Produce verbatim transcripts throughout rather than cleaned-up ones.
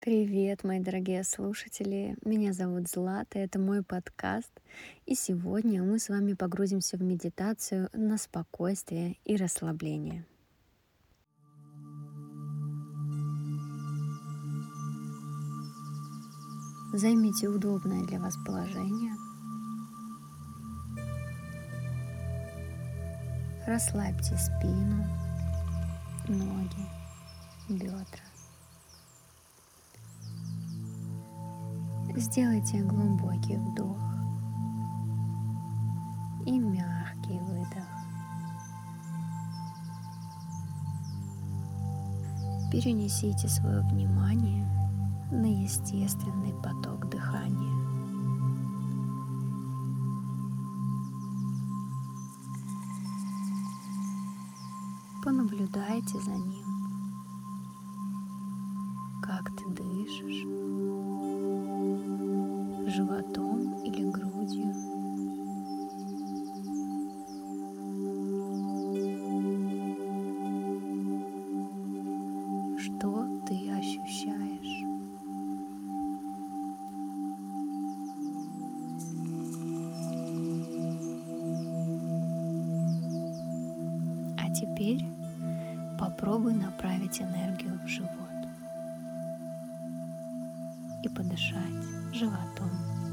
Привет, мои дорогие слушатели! Меня зовут Злата, это мой подкаст. И сегодня мы с вами погрузимся в медитацию на спокойствие и расслабление. Займите удобное для вас положение. Расслабьте спину, ноги, бедра. Сделайте глубокий вдох и мягкий выдох. Перенесите свое внимание на естественный поток дыхания. Понаблюдайте за ним, как ты дышишь, животом или грудью. Что ты ощущаешь? А теперь попробуй направить энергию в живот и подышать животом.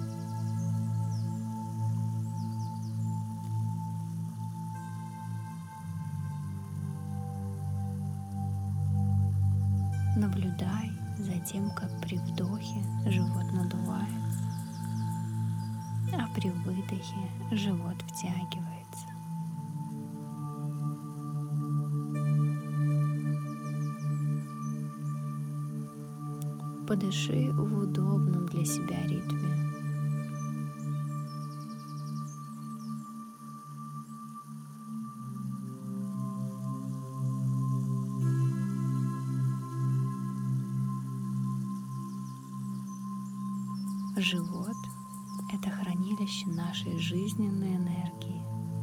Наблюдай за тем, как при вдохе живот надувается, а при выдохе живот втягивается. Подыши в удобном для себя ритме. Живот — это хранилище нашей жизненной энергии.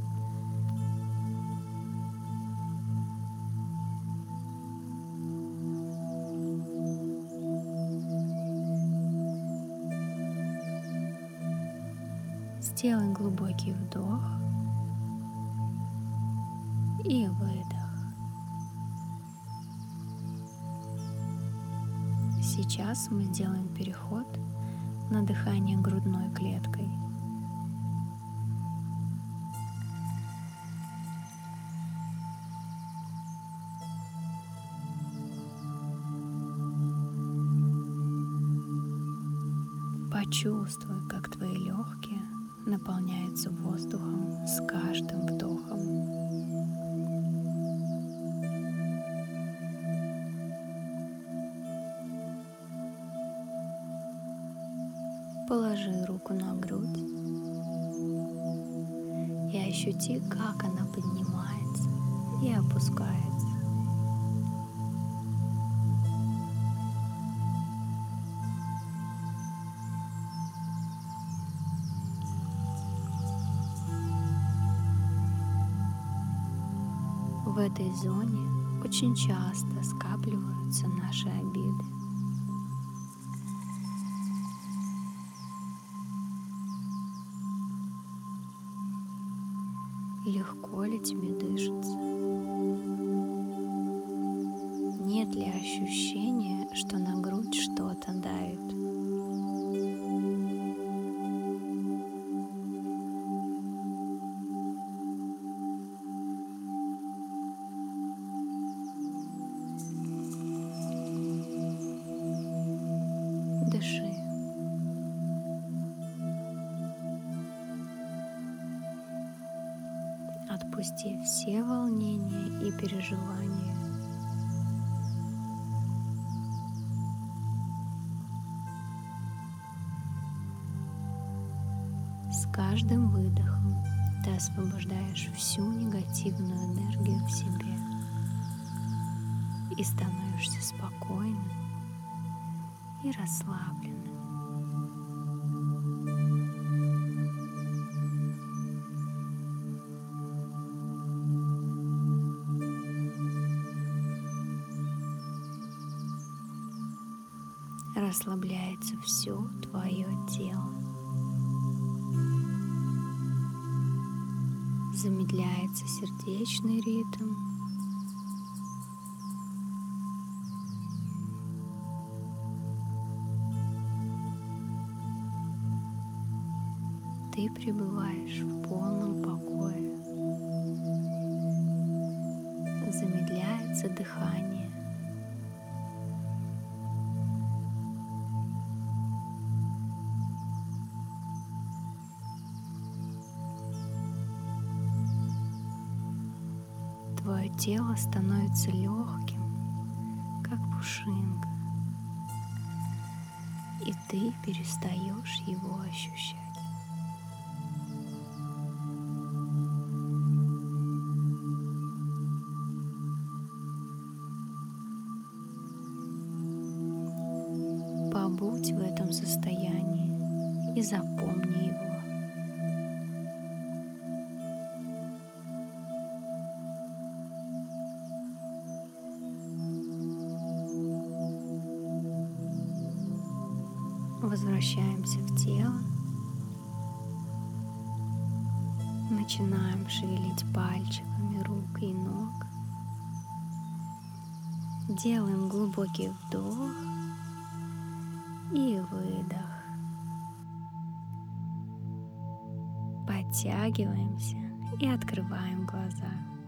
Сделай глубокий вдох и выдох. Сейчас мы сделаем переход на дыхание грудной клеткой. Почувствуй, как твои легкие наполняются воздухом с каждым вдохом. Положи руку на грудь и ощути, как она поднимается и опускается. В этой зоне очень часто скапливаются наши обиды. Легко ли тебе дышится? Нет ли ощущения, что на грудь что-то давит? Дыши. Отпусти все волнения и переживания. С каждым выдохом ты освобождаешь всю негативную энергию в себе и становишься спокойным и расслабленным. расслабляется все твое тело. Замедляется сердечный ритм. Ты пребываешь в полном покое. Замедляется дыхание. Твое тело становится легким, как пушинка, и ты перестаешь его ощущать. Побудь в этом состоянии и запомни его. Возвращаемся в тело. Начинаем шевелить пальчиками рук и ног. Делаем глубокий вдох и выдох. Подтягиваемся и открываем глаза.